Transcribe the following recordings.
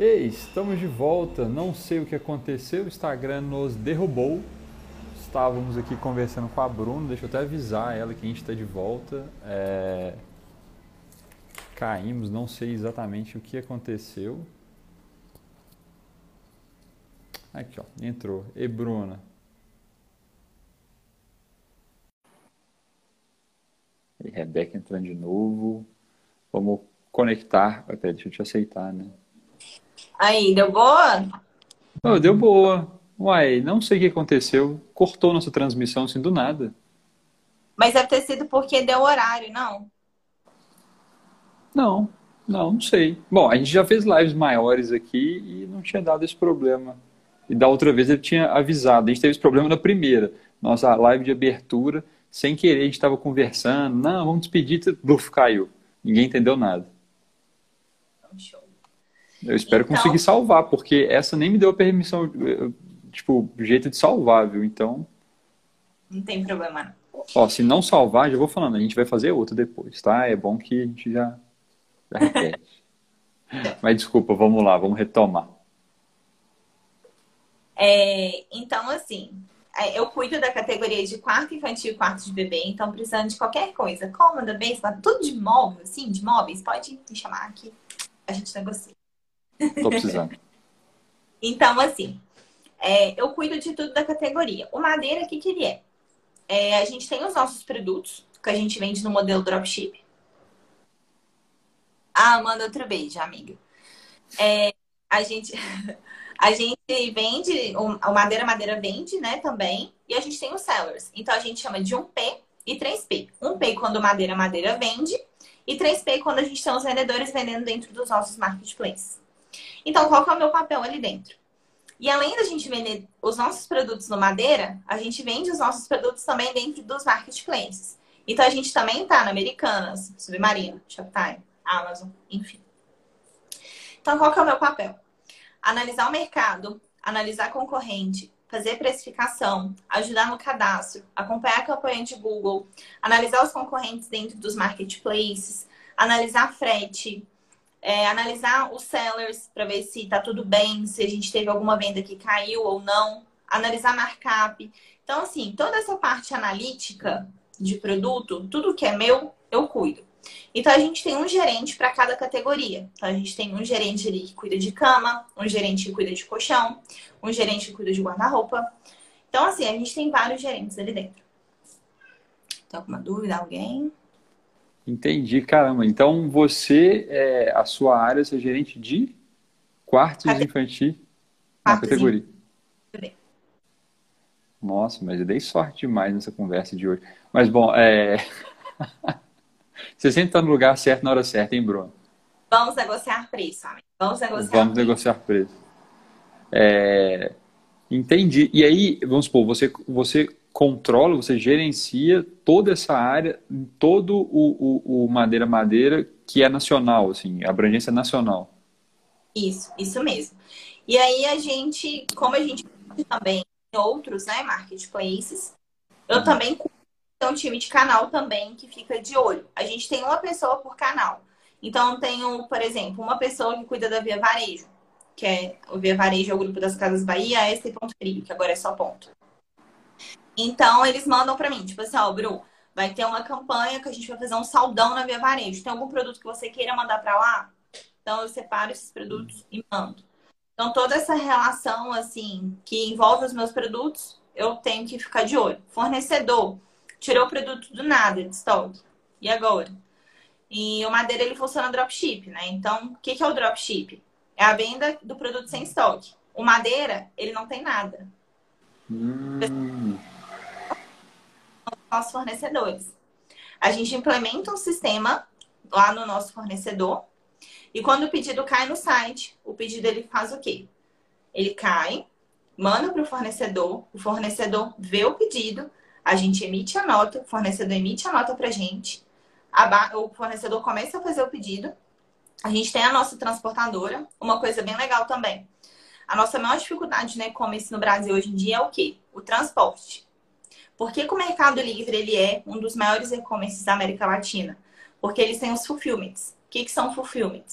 Ei, estamos de volta. Não sei o que aconteceu, o Instagram nos derrubou. Estávamos aqui conversando com a Bruna, deixa eu até avisar ela que a gente está de volta. Caímos, não sei exatamente o que aconteceu. Aqui, ó, entrou. E Bruna. E Rebeca entrando de novo. Vamos conectar. Peraí, deixa eu te aceitar, né? Aí, deu boa? Oh, deu boa. Uai, não sei o que aconteceu. Cortou nossa transmissão assim do nada. Mas deve ter sido porque deu horário, não? Não, não sei. Bom, a gente já fez lives maiores aqui e não tinha dado esse problema. E da outra vez ele tinha avisado. A gente teve esse problema na primeira. Nossa live de abertura, sem querer, a gente estava conversando. Não, vamos despedir. Bluf, caiu. Ninguém entendeu nada. Então, show. Eu espero conseguir Então, salvar, porque essa nem me deu a permissão, tipo, jeito de salvar, viu? Então, não tem problema, não. ó, se não salvar, já vou falando, a gente vai fazer outra depois, tá? É bom que a gente já repete. Mas desculpa, vamos lá, vamos retomar. Então, assim, eu cuido da categoria de quarto infantil e quarto de bebê, então precisando de qualquer coisa, cômoda, bem, tudo de móvel, assim, de móveis, pode me chamar aqui, a gente negocia. Tô precisando. Então, assim, eu cuido de tudo da categoria. O Madeira, o que que ele é? A gente tem os nossos produtos, que a gente vende no modelo dropship. Ah, manda outro beijo, amiga. A gente, a gente vende, o Madeira vende, né, também. E a gente tem os sellers. Então a gente chama de 1P e 3P. 1P quando o Madeira vende. E 3P quando a gente tem os vendedores vendendo dentro dos nossos marketplaces. Então, qual que é o meu papel ali dentro? E além da gente vender os nossos produtos no Madeira, a gente vende os nossos produtos também dentro dos marketplaces. Então a gente também tá na Americanas, Submarino, Shoptime, Amazon, enfim. Então, qual que é o meu papel? Analisar o mercado, analisar a concorrente, fazer precificação, ajudar no cadastro, acompanhar a campanha de Google, analisar os concorrentes dentro dos marketplaces, analisar frete, analisar os sellers para ver se está tudo bem, se a gente teve alguma venda que caiu ou não, analisar markup. Então, assim, toda essa parte analítica de produto, tudo que é meu, eu cuido. Então, a gente tem um gerente para cada categoria. Então, a gente tem um gerente ali que cuida de cama, um gerente que cuida de colchão, um gerente que cuida de guarda-roupa. Então, assim, a gente tem vários gerentes ali dentro. Tem alguma dúvida, alguém? Entendi, caramba. Então você, a sua área, você é gerente de quartos infantis? Não, Quartos em categoria. Nossa, mas eu dei sorte demais nessa conversa de hoje. Mas bom, você sempre está no lugar certo na hora certa, hein, Bruno? Vamos negociar preço, amigo. Vamos negociar Vamos preço. negociar preço. Entendi. E aí, vamos supor, você controla, você gerencia toda essa área, todo o Madeira Madeira, que é nacional, assim, abrangência nacional. Isso mesmo. E aí a gente, como a gente também tem outros, né, marketplaces, eu Uhum. também tenho um time de canal também que fica de olho. A gente tem uma pessoa por canal. Então eu tenho, por exemplo, uma pessoa que cuida da Via Varejo, que é o Via Varejo é o grupo das Casas Bahia, esse é ponto frio, que agora é só ponto. Então eles mandam pra mim, tipo assim, ó, Bru, vai ter uma campanha que a gente vai fazer um saldão na Via Varejo. Tem algum produto que você queira mandar pra lá? Então eu separo esses produtos e mando. Então, toda essa relação, assim, que envolve os meus produtos, eu tenho que ficar de olho. Fornecedor, tirou o produto do nada de estoque. E agora? E o Madeira, ele funciona dropship, né? Então, o que que é o dropship? É a venda do produto sem estoque. O Madeira, ele não tem nada. Hum, Nossos fornecedores. A gente implementa um sistema lá no nosso fornecedor. E quando o pedido cai no site, o pedido ele faz o quê? Ele cai, manda para o fornecedor vê o pedido, a gente emite a nota, o fornecedor emite a nota para a gente, o fornecedor começa a fazer o pedido, a gente tem a nossa transportadora, uma coisa bem legal também. A nossa maior dificuldade no e-commerce no Brasil hoje em dia é o quê? O transporte. Por que que o Mercado Livre ele é um dos maiores e-commerces da América Latina? Porque eles têm os fulfillments. O que que são fulfillments?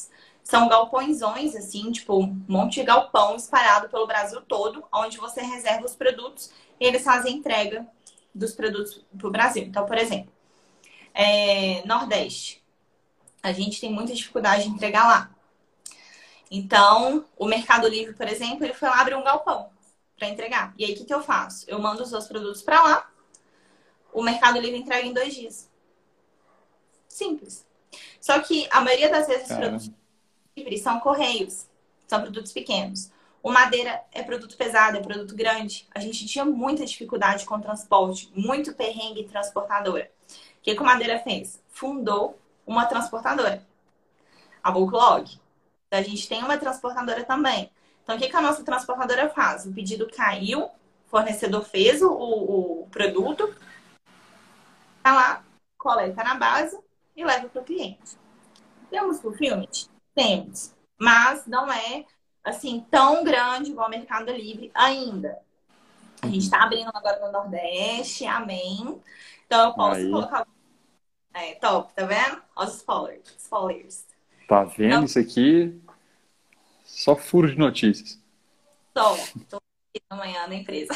São galpõezões, assim, tipo, um monte de galpão espalhado pelo Brasil todo, onde você reserva os produtos e eles fazem entrega dos produtos pro Brasil. Então, por exemplo, Nordeste. A gente tem muita dificuldade de entregar lá. Então, o Mercado Livre, por exemplo, ele foi lá abrir um galpão para entregar. E aí, o que eu faço? Eu mando os meus produtos para lá, o Mercado Livre entrega em 2 dias. Simples. Só que a maioria das vezes os produtos livres são correios, são produtos pequenos. O madeira é produto pesado, é produto grande. A gente tinha muita dificuldade com o transporte, muito perrengue transportadora. O que o Madeira fez? Fundou uma transportadora, a Bulklog. A gente tem uma transportadora também. Então, o que a nossa transportadora faz? O pedido caiu, o fornecedor fez o produto, tá lá, coleta na base e leva para o cliente. Temos fulfillment? Temos. Mas não é, assim, tão grande igual o Mercado Livre ainda. A gente está abrindo agora no Nordeste, amém. Então, eu posso colocar... top, tá vendo? Olha os spoilers. Tá vendo Não, isso aqui? Só furo de notícias. tô aqui amanhã na empresa.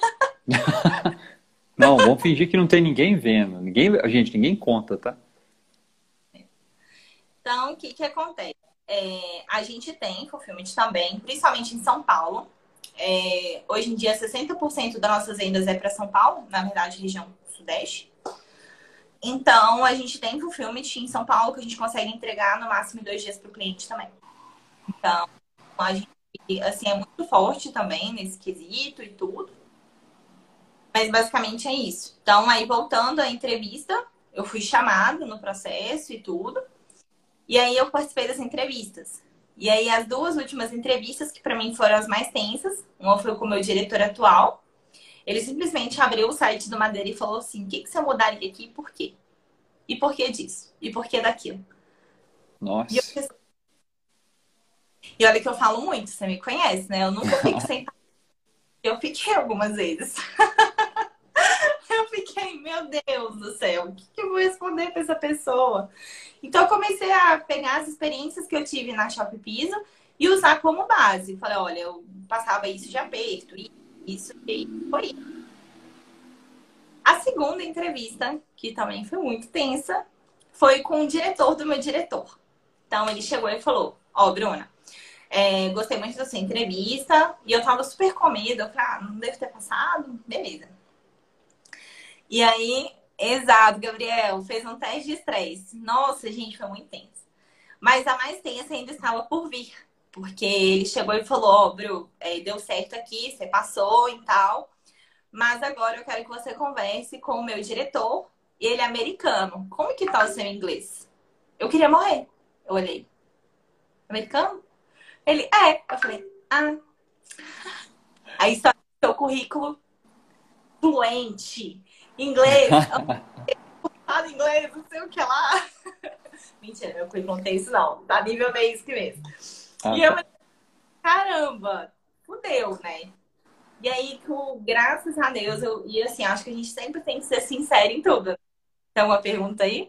Não, vamos fingir que não tem ninguém vendo. Gente, ninguém conta, tá? Então, o que acontece? A gente tem fulfillment também, principalmente em São Paulo. Hoje em dia, 60% das nossas vendas é para São Paulo, na verdade, região Sudeste. Então, a gente tem fulfillment em São Paulo que a gente consegue entregar no máximo em 2 dias para o cliente também. Então, a gente, assim, é muito forte também nesse quesito e tudo. Mas, basicamente, é isso. Então, aí, voltando à entrevista, eu fui chamada no processo e tudo. E aí, eu participei das entrevistas. E aí, as 2 últimas entrevistas, que para mim foram as mais tensas, uma foi com o meu diretor atual. Ele simplesmente abriu o site do Madeira e falou assim, o que você mudaria aqui e por quê? E por que disso? E por que daquilo? Nossa. E olha que eu falo muito, você me conhece, né? Eu nunca fico sentada. Eu fiquei algumas vezes. Eu fiquei, meu Deus do céu, o que eu vou responder para essa pessoa? Então, eu comecei a pegar as experiências que eu tive na Shop Piso e usar como base. Falei, olha, eu passava isso de aperto, isso e foi isso. A segunda entrevista, que também foi muito tensa, foi com o diretor do meu diretor. Então, ele chegou e falou, Bruna, gostei muito da sua entrevista e eu tava super com medo. Eu falei, não deve ter passado? Beleza. E aí, exato, Gabriel, fez um teste de estresse. Nossa, gente, foi muito tenso. Mas a mais tensa ainda estava por vir. Porque ele chegou e falou, Bru, deu certo aqui, você passou e tal. Mas agora eu quero que você converse com o meu diretor. Ele é americano. Como que tá o seu inglês? Eu queria morrer. Eu olhei. Americano? Ele, Eu falei, Aí está o seu currículo fluente. Inglês. Fala inglês, não sei o que lá. Mentira, meu currículo não tem isso não. Tá nível basic mesmo. E eu falei, caramba, fudeu, né? E aí, graças a Deus, e assim, acho que a gente sempre tem que ser sincero em tudo. Tem alguma pergunta aí?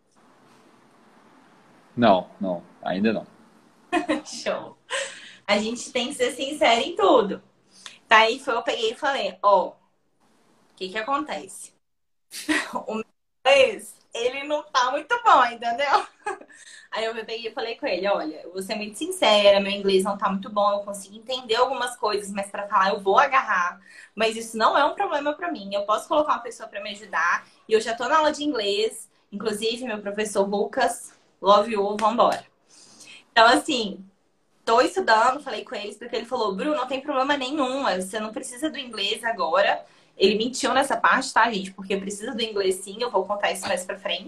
Não, ainda não. Show. A gente tem que ser sincero em tudo. Daí eu peguei e falei, o que acontece? O meu inglês, ele não tá muito bom, entendeu? Aí eu peguei e falei com ele, olha, eu vou ser muito sincera, meu inglês não tá muito bom, eu consigo entender algumas coisas, mas pra falar eu vou agarrar. Mas isso não é um problema pra mim. Eu posso colocar uma pessoa pra me ajudar. E eu já tô na aula de inglês. Inclusive, meu professor Lucas, love you, vambora. Então, assim, tô estudando, falei com eles, porque ele falou, Bruno, não tem problema nenhum, você não precisa do inglês agora. Ele mentiu nessa parte, tá, gente? Porque precisa do inglês sim, eu vou contar isso mais pra frente.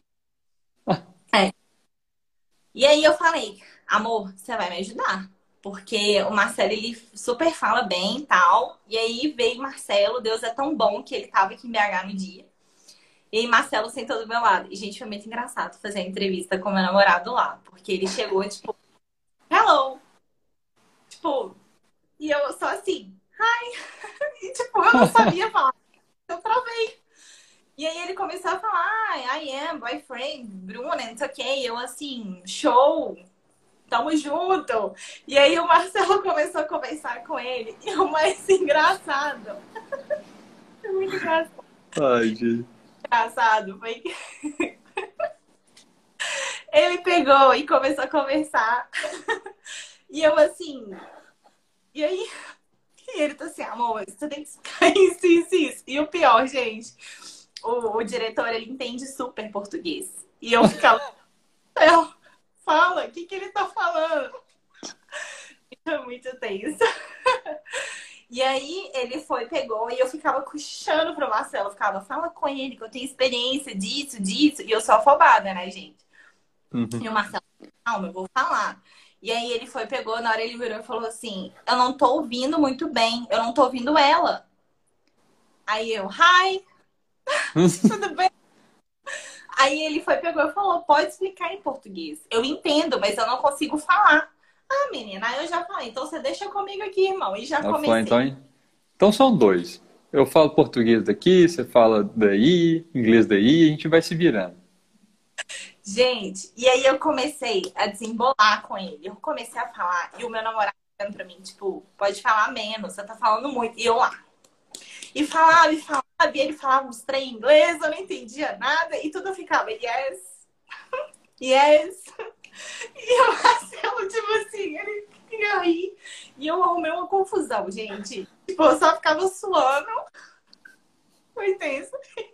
E aí eu falei, amor, você vai me ajudar. Porque o Marcelo, ele super fala bem e tal. E aí veio o Marcelo, Deus é tão bom que ele tava aqui em BH no dia. E aí Marcelo sentou do meu lado. E, gente, foi muito engraçado fazer a entrevista com meu namorado lá. Porque ele chegou, tipo, hello! Tipo, e eu só assim, hi! E, tipo, eu não sabia falar. Eu travei. E aí ele começou a falar, I am boyfriend, Bruna, não sei o que. Eu assim, show! tamo junto. E aí o Marcelo começou a conversar com ele. E o mais engraçado, é muito Ai, gente. engraçado, foi que ele pegou e começou a conversar. E eu assim, e aí e ele tá assim, amor, você tem que explicar isso, isso, isso. E o pior, gente, o diretor, ele entende super português. E eu ficava, fala, o que ele tá falando? É muito tenso. E aí ele foi, pegou, e eu ficava cochichando pro Marcelo. Eu ficava, fala com ele, que eu tenho experiência disso, disso. E eu sou afobada, né, gente? Uhum. E o Marcelo, calma, eu vou falar. E aí ele foi, pegou, na hora ele virou e falou assim, eu não tô ouvindo muito bem, eu não tô ouvindo ela. Aí eu, hi, tudo bem? Aí ele foi, pegou e falou, pode explicar em português. Eu entendo, mas eu não consigo falar. Ah, menina, aí eu já falei, então você deixa comigo aqui, irmão. E já Ela falou, comecei. então são dois. Eu falo português daqui, você fala daí, inglês daí, a gente vai se virando. Gente, e aí eu comecei a desembolar com ele. Eu comecei a falar, e o meu namorado olhando pra mim, tipo, pode falar menos, você tá falando muito. E eu lá. E falava, e ele falava uns trem em inglês, eu não entendia nada, e tudo eu ficava, yes, yes. E o Marcelo, tipo assim, ele queria rir. E eu arrumei uma confusão, gente. Tipo, eu só ficava suando. Foi tenso.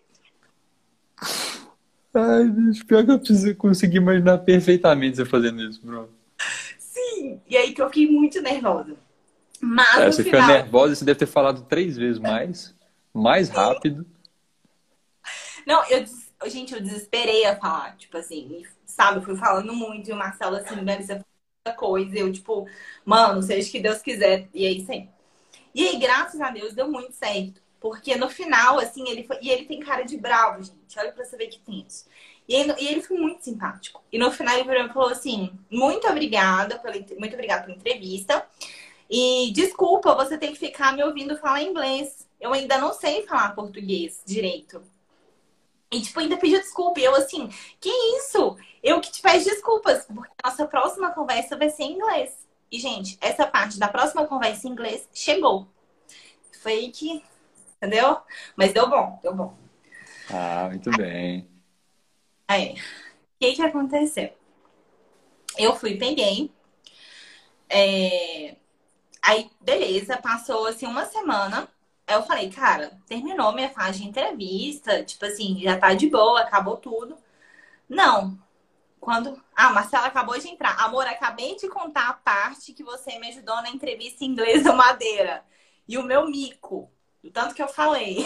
Ai, bicho, pior que eu preciso conseguir imaginar perfeitamente você fazendo isso, Bruno. Sim. E aí que eu fiquei muito nervosa. Mas É, no você fica final, nervosa e você deve ter falado 3 vezes mais rápido. não, gente, eu desesperei a falar, tipo assim, sabe, eu fui falando muito e o Marcelo assim, velho, você fala muita coisa, e eu tipo, mano, seja o que Deus quiser, e aí sim. E aí, graças a Deus, deu muito certo, porque no final, assim, ele foi, e ele tem cara de bravo, gente, olha pra você ver que tenso. E ele foi muito simpático. E no final ele virou e falou assim: muito obrigada pela entrevista. E desculpa, você tem que ficar me ouvindo falar inglês. Eu ainda não sei falar português direito. E, tipo, ainda pediu desculpa. E eu, assim, que isso? Eu que te peço desculpas, porque a nossa próxima conversa vai ser em inglês. E, gente, essa parte da próxima conversa em inglês chegou. Foi que, entendeu? Mas deu bom, deu bom. Ah, muito bem. Aí, o que aconteceu? Eu fui, peguei. Aí, beleza, passou, assim, uma semana. Aí eu falei, cara, terminou minha fase de entrevista. Tipo assim, já tá de boa, acabou tudo. Não. Quando. Ah, Marcela acabou de entrar. Amor, acabei de contar a parte que você me ajudou na entrevista em inglês do Madeira. E o meu mico. O tanto que eu falei.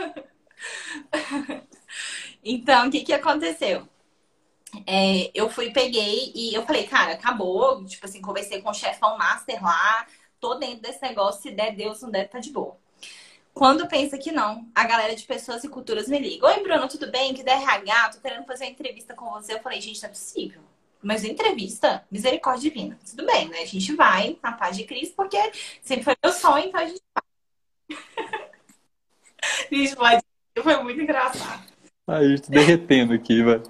Então, o que aconteceu? Eu fui, peguei e eu falei, cara, acabou. Tipo assim, conversei com o chefão master lá. Tô dentro desse negócio. Se der Deus, não der, tá de boa. Quando pensa que não, a galera de pessoas e culturas me liga. Oi, Bruno, tudo bem? Que da RH, tô querendo fazer uma entrevista com você. Eu falei, gente, não é possível. Mas entrevista? Misericórdia divina. Tudo bem, né? A gente vai na paz de Cristo, porque sempre foi meu sonho, então a gente pode. Foi muito engraçado. Ai, eu tô derretendo aqui, vai.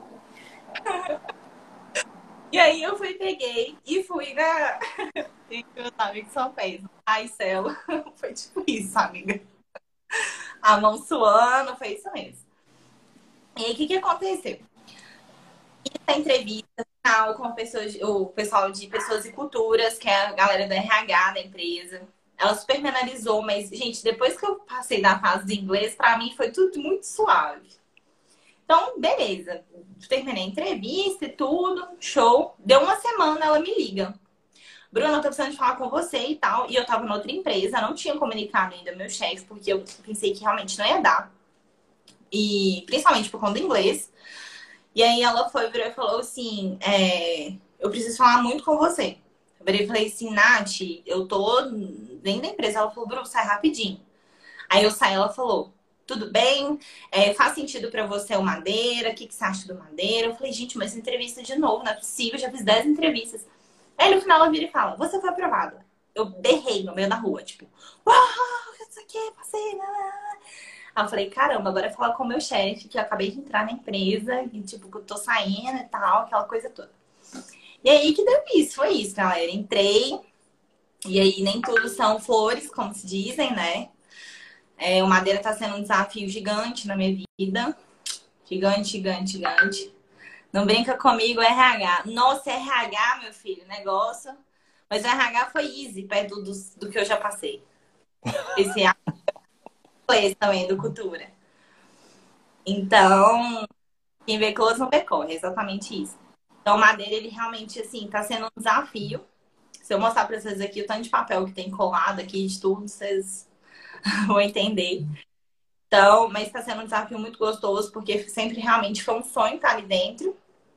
E aí eu fui, peguei e fui na. Gente, meus amigos são pésimos. Ai, Celo. Foi tipo isso, amiga. A mão suando, foi isso mesmo. E aí, o que aconteceu? Essa entrevista final com o pessoal de pessoas e culturas, que é a galera do RH da empresa. Ela super me analisou, mas, gente, depois que eu passei da fase de inglês, pra mim foi tudo muito suave. Então, beleza. Terminei a entrevista e tudo, show. Deu uma semana, ela me liga. Bruna, eu tô precisando de falar com você e tal. E eu tava em outra empresa, não tinha comunicado ainda ao meu chefe, porque eu pensei que realmente não ia dar. E principalmente por conta do inglês. E aí ela foi, virou e falou assim: eu preciso falar muito com você. Eu virei e falei assim, Nath, eu tô dentro da empresa. Ela falou, Bruno, sai rapidinho. Aí eu saí, ela falou, tudo bem? Faz sentido pra você o Madeira? O que você acha do Madeira? Eu falei, gente, mas entrevista de novo, não é possível, já fiz 10 entrevistas. Aí no final ela vira e fala, você foi aprovada. Eu berrei no meio da rua, tipo, uau, isso aqui, passei, né? Aí eu falei, caramba, agora é falar com o meu chefe, que eu acabei de entrar na empresa, e tipo, que eu tô saindo e tal, aquela coisa toda. E aí que deu isso, foi isso, galera. Entrei, e aí nem tudo são flores, como se dizem, né? O Madeira tá sendo um desafio gigante na minha vida. Gigante, gigante, gigante. Não brinca comigo, RH. Nossa, RH, meu filho, negócio. Mas o RH foi easy, perto do que eu já passei. Esse inglês também, do cultura. Então, quem vê close não vê corre, é exatamente isso. Então, o Madeira, ele realmente, assim, tá sendo um desafio. Se eu mostrar pra vocês aqui o tanto de papel que tem colado aqui, de tudo, vocês vão entender. Então, mas tá sendo um desafio muito gostoso, porque sempre realmente foi um sonho estar ali dentro.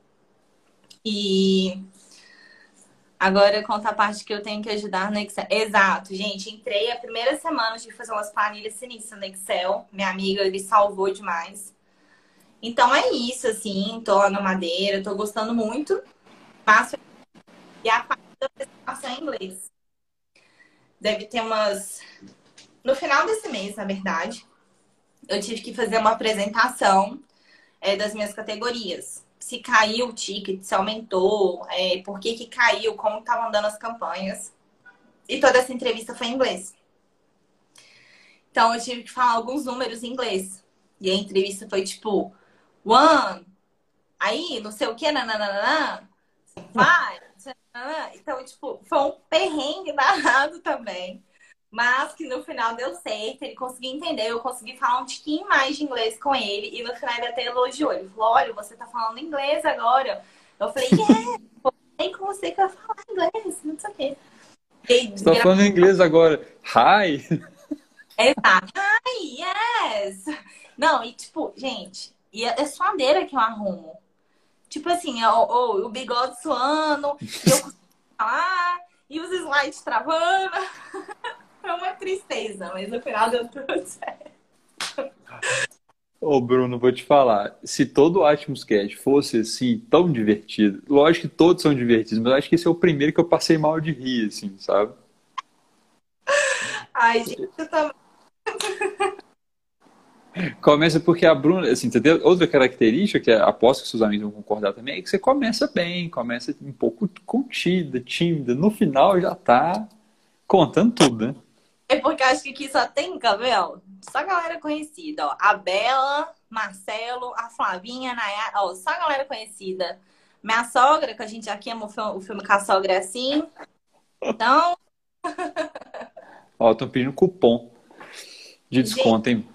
E agora conta a parte que eu tenho que ajudar no Excel. Exato, gente. Entrei a primeira semana de fazer umas planilhas sinistras no Excel. Minha amiga, ele salvou demais. Então é isso, assim. Tô lá na Madeira, tô gostando muito. Faço e a parte da apresentação em inglês. Deve ter umas. No final desse mês, na verdade, eu tive que fazer uma apresentação das minhas categorias. Se caiu o ticket, se aumentou, por que que caiu, como estavam andando as campanhas. E toda essa entrevista foi em inglês. Então, eu tive que falar alguns números em inglês. E a entrevista foi tipo, one, aí, não sei o que, nananana, vai. Então, tipo, foi um perrengue danado também. Mas que no final deu certo, ele conseguiu entender, eu consegui falar um tiquinho mais de inglês com ele. E no final ele até elogiou. Ele falou, olha, você tá falando inglês agora. Eu falei, tem com você que vai falar inglês, não sei o quê. Você tá falando inglês agora. Hi! Exato. Hi, yes! Não, e tipo, gente, e é suadeira que eu arrumo. Tipo assim, o bigode suando, e eu consigo falar, e os slides travando. Foi uma tristeza, mas no final deu tudo certo. Ô, Bruno, vou te falar. Se todo o Atmos Cast fosse assim, tão divertido, lógico que todos são divertidos, mas acho que esse é o primeiro que eu passei mal de rir, assim, sabe? Ai, gente, eu também. Começa porque a Bruna, assim, entendeu? Outra característica que aposto que seus amigos vão concordar também é que você começa bem, começa um pouco contida, tímida. No final já tá contando tudo, né? É porque acho que aqui só tem cabelo. Só galera conhecida, ó. A Bela, Marcelo, a Flavinha, a Nayara, ó, só galera conhecida. Minha sogra, que a gente aqui ama o filme com a sogra é assim. Então, Ó, estão pedindo cupom de gente, desconto, hein?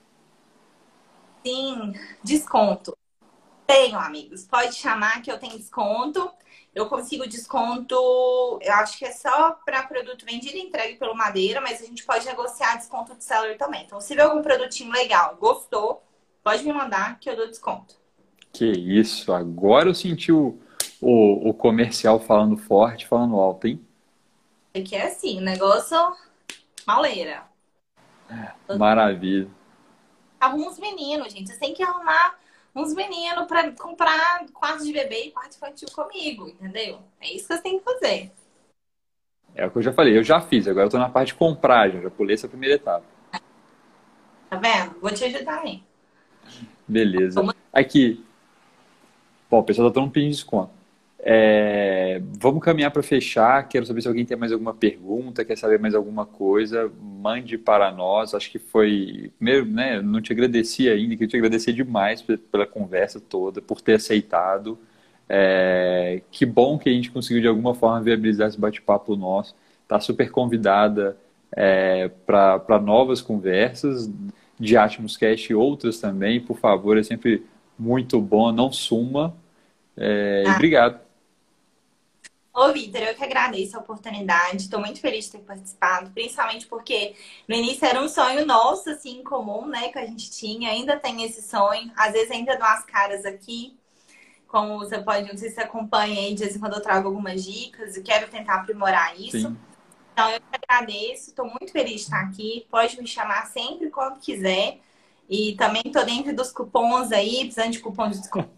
sim, desconto. Tenho, amigos. Pode chamar que eu tenho desconto. Eu consigo desconto, eu acho que é só para produto vendido e entregue pelo Madeira, mas a gente pode negociar desconto de seller também. Então, se vê algum produtinho legal, gostou, pode me mandar que eu dou desconto. Que isso, agora eu senti o comercial falando forte, falando alto, hein? Aqui é assim, negócio maleira. Maravilha. Arruma uns meninos, gente. Vocês têm que arrumar uns meninos para comprar quarto de bebê e quarto infantil comigo, entendeu? É isso que vocês têm que fazer. É o que eu já falei, eu já fiz, agora eu tô na parte de comprar, já pulei essa primeira etapa. Tá vendo? Vou te ajudar aí. Beleza. Vamos- Aqui, bom, o pessoal tá todo mundo pedindo desconto. Vamos caminhar para fechar. Quero saber se alguém tem mais alguma pergunta, quer saber mais alguma coisa, mande para nós. Acho que foi. Primeiro, né? Não te agradeci ainda, queria te agradecer demais pela conversa toda, por ter aceitado. Que bom que a gente conseguiu de alguma forma viabilizar esse bate-papo nosso. Tá super convidada para novas conversas de Atmoscast e outras também. Por favor, é sempre muito bom. Não suma. E Ah, obrigado. ô, Vitor, eu que agradeço a oportunidade. Estou muito feliz de ter participado, principalmente porque no início era um sonho nosso, assim, em comum, né, que a gente tinha. Ainda tem esse sonho. Às vezes ainda dou as caras aqui, como você pode, não sei se você acompanha aí, de vez em quando eu trago algumas dicas e quero tentar aprimorar isso. Sim. Então, eu que agradeço, estou muito feliz de estar aqui. Pode me chamar sempre quando quiser. E também estou dentro dos cupons aí, precisando de cupom de desconto.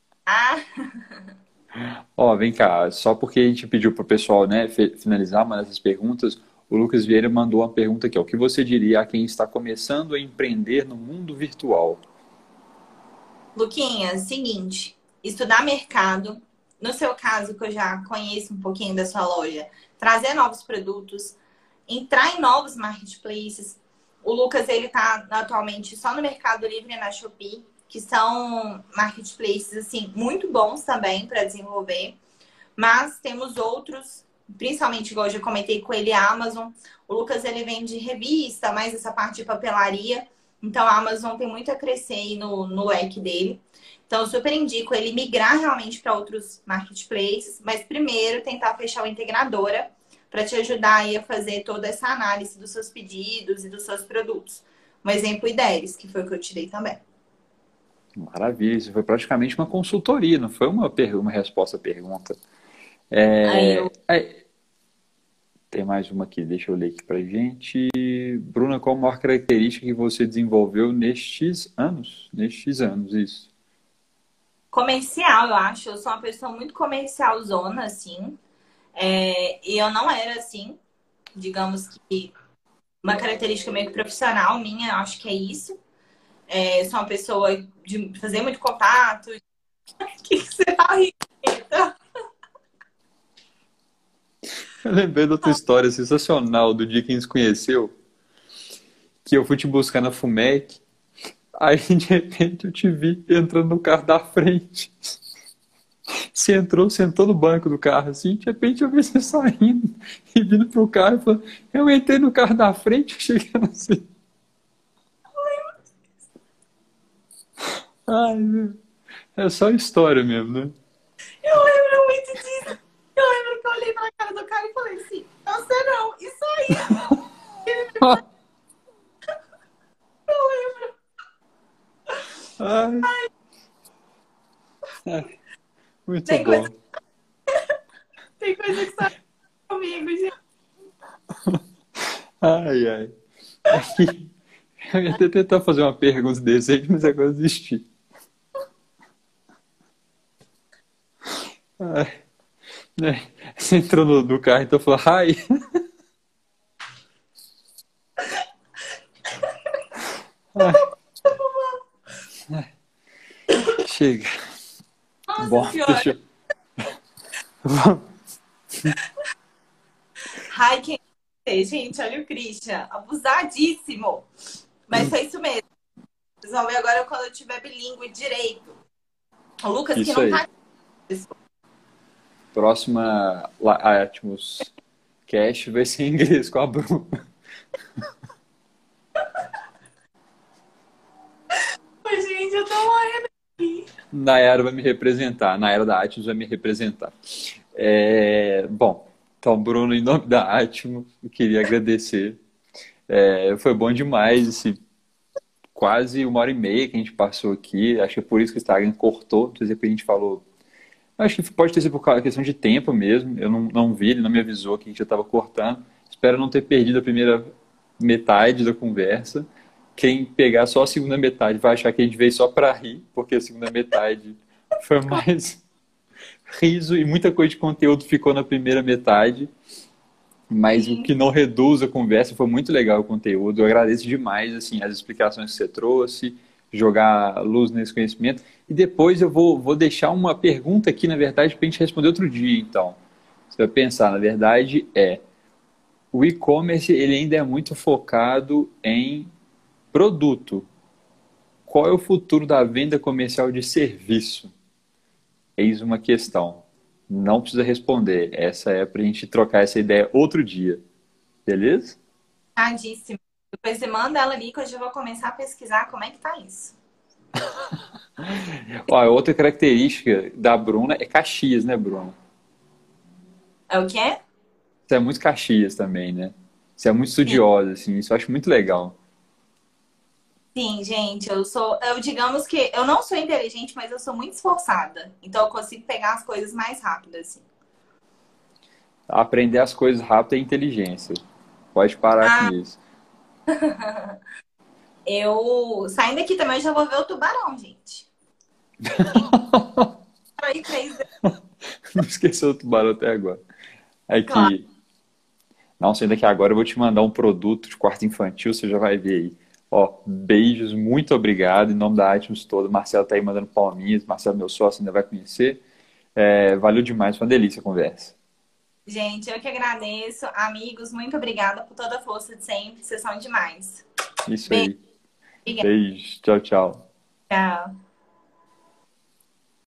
Ó, vem cá, só porque a gente pediu para o pessoal, né, finalizar uma dessas perguntas, o Lucas Vieira mandou uma pergunta aqui, ó. O que você diria a quem está começando a empreender no mundo virtual? Luquinha, seguinte, estudar mercado, no seu caso, que eu já conheço um pouquinho da sua loja, trazer novos produtos, entrar em novos marketplaces. O Lucas, ele tá atualmente só no Mercado Livre e na Shopee, que são marketplaces, assim, muito bons também para desenvolver. Mas temos outros, principalmente, igual eu já comentei com ele, a Amazon. O Lucas, ele vende revista, mais essa parte de papelaria. Então, a Amazon tem muito a crescer aí no leque dele. Então, eu super indico ele migrar realmente para outros marketplaces, mas primeiro tentar fechar uma integradora para te ajudar aí a fazer toda essa análise dos seus pedidos e dos seus produtos. Um exemplo, Ideris, que foi o que eu tirei também. Maravilha, isso foi praticamente uma consultoria, não foi uma resposta à pergunta. Aí eu Tem mais uma aqui, deixa eu ler aqui pra gente. Bruna, qual a maior característica que você desenvolveu nestes anos? Nestes anos, isso. comercial, eu acho. Eu sou uma pessoa muito comercialzona, assim. E eu não era assim, digamos que uma característica meio que profissional minha, eu acho que é isso. Eu sou uma pessoa de fazer muito contato. O que você tá rindo? Eu lembrei de outra história sensacional do dia que a gente se conheceu, que eu fui te buscar na FUMEC, aí de repente eu te vi entrando no carro da frente. Você entrou, sentou no banco do carro, assim, de repente eu vi você saindo e vindo pro carro e falando, eu entrei no carro da frente, chegando assim. Ai, meu. É só história mesmo, né? Eu lembro muito disso. Eu lembro que eu olhei pra cara do cara e falei assim, você não, isso aí. Eu lembro. Ai, ai, muito Tem coisa, bom. tem coisa que só comigo, gente. Ai, ai. É que eu ia até tentar fazer uma pergunta desse aí, mas agora eu desisti. Ai, né? Você entrou no carro, então falou, ai. Ai, chega. Nossa Bom, deixa senhora. eu... Ai, quem é? Gente, olha o Christian. Abusadíssimo. Mas foi isso mesmo. Vocês vão ver agora quando eu tiver bilíngue direito. O Lucas que Isso não aí. tá. Próxima Atmos Cast vai ser em inglês com a Bruna. Gente, eu tô morrendo aqui. Nayara vai me representar. Nayara da Atmos vai me representar. Bom, então, Bruno, em nome da Atmos, eu queria agradecer. Foi bom demais esse quase 1 hora e meia que a gente passou aqui. Acho que é por isso que o Instagram cortou. Não sei se é porque a gente falou. Acho que pode ter sido por causa da questão de tempo mesmo. Eu não vi, ele não me avisou que a gente já estava cortando. Espero não ter perdido a primeira metade da conversa. Quem pegar só a segunda metade vai achar que a gente veio só para rir, porque a segunda metade foi mais riso e muita coisa de conteúdo ficou na primeira metade. Mas o Sim. que não reduz a conversa foi muito legal o conteúdo. Eu agradeço demais assim as explicações que você trouxe, jogar luz nesse conhecimento. E depois eu vou deixar uma pergunta aqui, na verdade, para a gente responder outro dia, então. Você vai pensar, na verdade, o e-commerce ele ainda é muito focado em produto. Qual é o futuro da venda comercial de serviço? Eis uma questão. Não precisa responder. Essa é para a gente trocar essa ideia outro dia. Beleza? Tadíssimo. Depois você manda ela ali que eu já vou começar a pesquisar como é que tá isso. Ó, outra característica da Bruna é Caxias, né, Bruna? É o quê? Você é muito Caxias também, né? Você é muito Sim. estudiosa, assim. Isso eu acho muito legal. Sim, gente, eu digamos que eu não sou inteligente, mas eu sou muito esforçada. Então eu consigo pegar as coisas mais rápido, assim. Aprender as coisas rápido é inteligência. Pode parar com Ah, isso. eu saindo aqui também eu já vou ver o tubarão, gente. Aí fez, Não esqueceu do tubarão até agora. claro. Aqui. Não, sendo que agora eu vou te mandar um produto de quarto infantil, você já vai ver aí. Ó, beijos, muito obrigado. Em nome da Atmos toda. Marcelo tá aí mandando palminhas. Marcelo, meu sócio, ainda vai conhecer. Valeu demais, foi uma delícia a conversa. Gente, eu que agradeço. Amigos, muito obrigada por toda a força de sempre. Vocês são demais. Isso Beijo. aí. Beijo. Tchau, tchau. Obrigada.